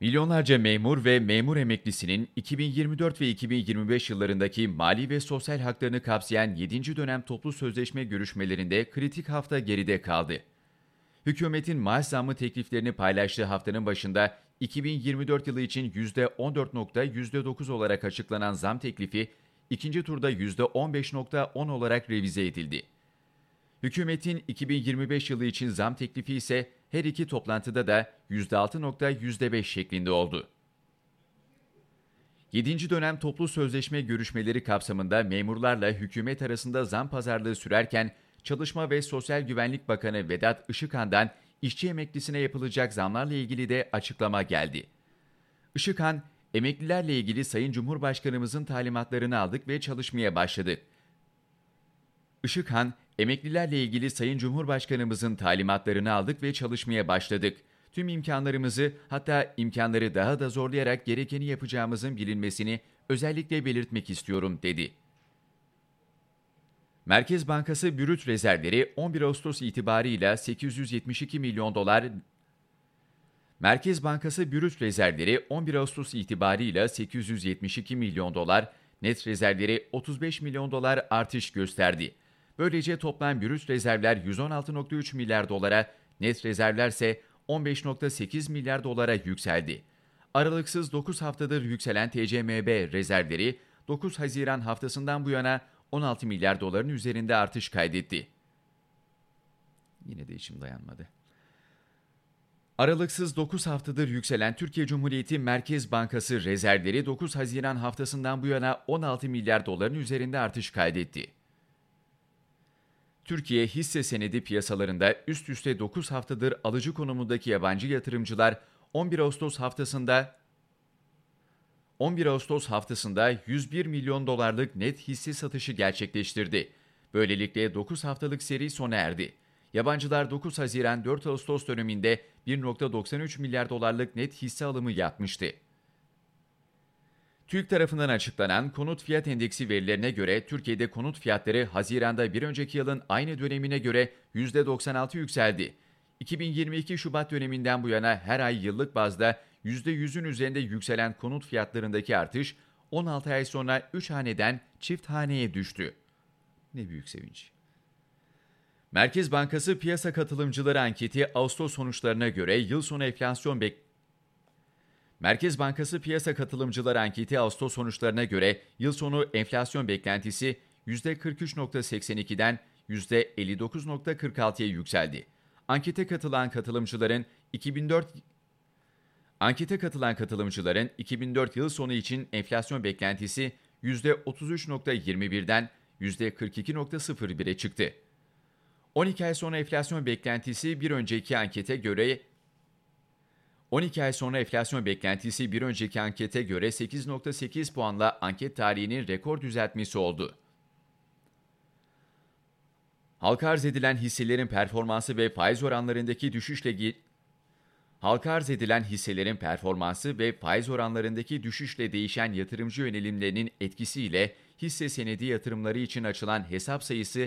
Milyonlarca memur ve memur emeklisinin 2024 ve 2025 yıllarındaki mali ve sosyal haklarını kapsayan 7. dönem toplu sözleşme görüşmelerinde kritik hafta geride kaldı. Hükümetin maaş zammı tekliflerini paylaştığı haftanın başında 2024 yılı için %14,9 olarak açıklanan zam teklifi, ikinci turda %15,10 olarak revize edildi. Hükümetin 2025 yılı için zam teklifi ise her iki toplantıda da %6,5 şeklinde oldu. 7. dönem toplu sözleşme görüşmeleri kapsamında memurlarla hükümet arasında zam pazarlığı sürerken Çalışma ve Sosyal Güvenlik Bakanı Vedat Işıkhan'dan işçi emeklisine yapılacak zamlarla ilgili de açıklama geldi. Işıkhan, emeklilerle ilgili Sayın Cumhurbaşkanımızın talimatlarını aldık ve çalışmaya başladık. Işıkhan, emeklilerle ilgili Sayın Cumhurbaşkanımızın talimatlarını aldık ve çalışmaya başladık. Tüm imkanlarımızı, hatta imkanları daha da zorlayarak gerekeni yapacağımızın bilinmesini özellikle belirtmek istiyorum, dedi. Merkez Bankası brüt rezervleri 11 Ağustos itibarıyla 872 milyon dolar. Merkez Bankası brüt rezervleri 11 Ağustos itibarıyla 872 milyon dolar, net rezervleri 35 milyon dolar artış gösterdi. Böylece toplam brüt rezervler 116,3 milyar dolara, net rezervler ise 15,8 milyar dolara yükseldi. Aralıksız 9 haftadır yükselen TCMB rezervleri 9 Haziran haftasından bu yana 16 milyar doların üzerinde artış kaydetti. Yine de içim dayanmadı. Aralıksız 9 haftadır yükselen Türkiye Cumhuriyeti Merkez Bankası rezervleri 9 Haziran haftasından bu yana 16 milyar doların üzerinde artış kaydetti. Türkiye hisse senedi piyasalarında üst üste 9 haftadır alıcı konumundaki yabancı yatırımcılar 11 Ağustos haftasında 101 milyon dolarlık net hisse satışı gerçekleştirdi. Böylelikle 9 haftalık seri sona erdi. Yabancılar 9 Haziran 4 Ağustos döneminde 1,93 milyar dolarlık net hisse alımı yapmıştı. TÜİK tarafından açıklanan konut fiyat endeksi verilerine göre Türkiye'de konut fiyatları Haziran'da bir önceki yılın aynı dönemine göre %96 yükseldi. 2022 Şubat döneminden bu yana her ay yıllık bazda %100'ün üzerinde yükselen konut fiyatlarındaki artış 16 ay sonra 3 haneden çift haneye düştü. Ne büyük sevinç. Merkez Bankası piyasa katılımcıları anketi Ağustos sonuçlarına göre yıl sonu enflasyon Merkez Bankası piyasa katılımcıları anketi Ağustos sonuçlarına göre yıl sonu enflasyon beklentisi %43,82'den %59,46'ya yükseldi. Ankete katılan katılımcıların 2004 yıl sonu için enflasyon beklentisi %33,21'den %42,01'e çıktı. 12 ay sonra enflasyon beklentisi bir önceki ankete göre 8,8 puanla anket tarihinin rekor düzeltmesi oldu. Halka arz edilen hisselerin performansı ve faiz oranlarındaki düşüşle değişen yatırımcı yönelimlerinin etkisiyle hisse senedi yatırımları için açılan hesap sayısı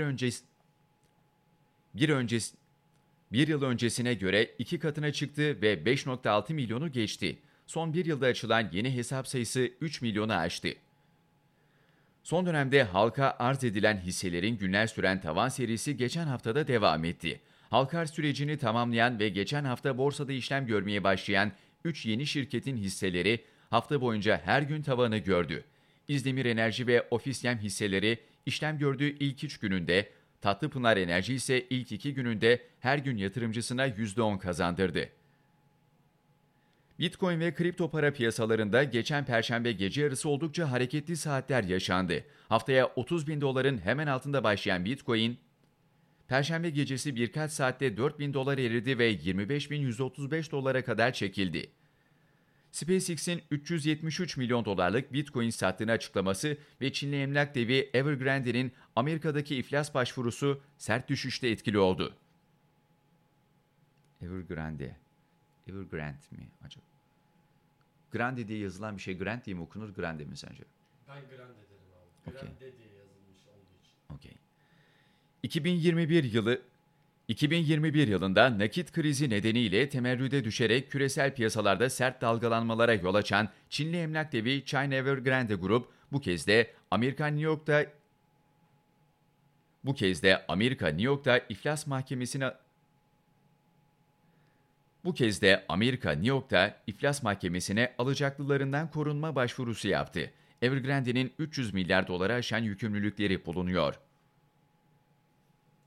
bir yıl öncesine göre 2 katına çıktı ve 5,6 milyonu geçti. Son bir yılda açılan yeni hesap sayısı 3 milyonu aştı. Son dönemde halka arz edilen hisselerin günler süren tavan serisi geçen haftada devam etti. Halka arz sürecini tamamlayan ve geçen hafta borsada işlem görmeye başlayan 3 yeni şirketin hisseleri hafta boyunca her gün tavanı gördü. İzdemir Enerji ve Ofisem hisseleri işlem gördüğü ilk 3 gününde, Tatlıpınar Enerji ise ilk 2 gününde her gün yatırımcısına %10 kazandırdı. Bitcoin ve kripto para piyasalarında geçen Perşembe gece yarısı oldukça hareketli saatler yaşandı. Haftaya 30 bin doların hemen altında başlayan Bitcoin, Perşembe gecesi birkaç saatte 4 bin dolar eridi ve 25.135 dolara kadar çekildi. SpaceX'in 373 milyon dolarlık Bitcoin sattığını açıklaması ve Çinli emlak devi Evergrande'nin Amerika'daki iflas başvurusu sert düşüşte etkili oldu. Evergrande mi acaba? Grande diye yazılan bir şey Grande diye mi okunur, Grande mi sence? Ben Grande dedim abi. Okay. Grande diye yazılmış olduğu için. Okay. 2021 yılı 2021 yılında nakit krizi nedeniyle temerrüde düşerek küresel piyasalarda sert dalgalanmalara yol açan Çinli emlak devi China Evergrande Group bu kez de Amerika New York'ta iflas mahkemesine alacaklılarından korunma başvurusu yaptı. Evergrande'nin 300 milyar dolara aşan yükümlülükleri bulunuyor.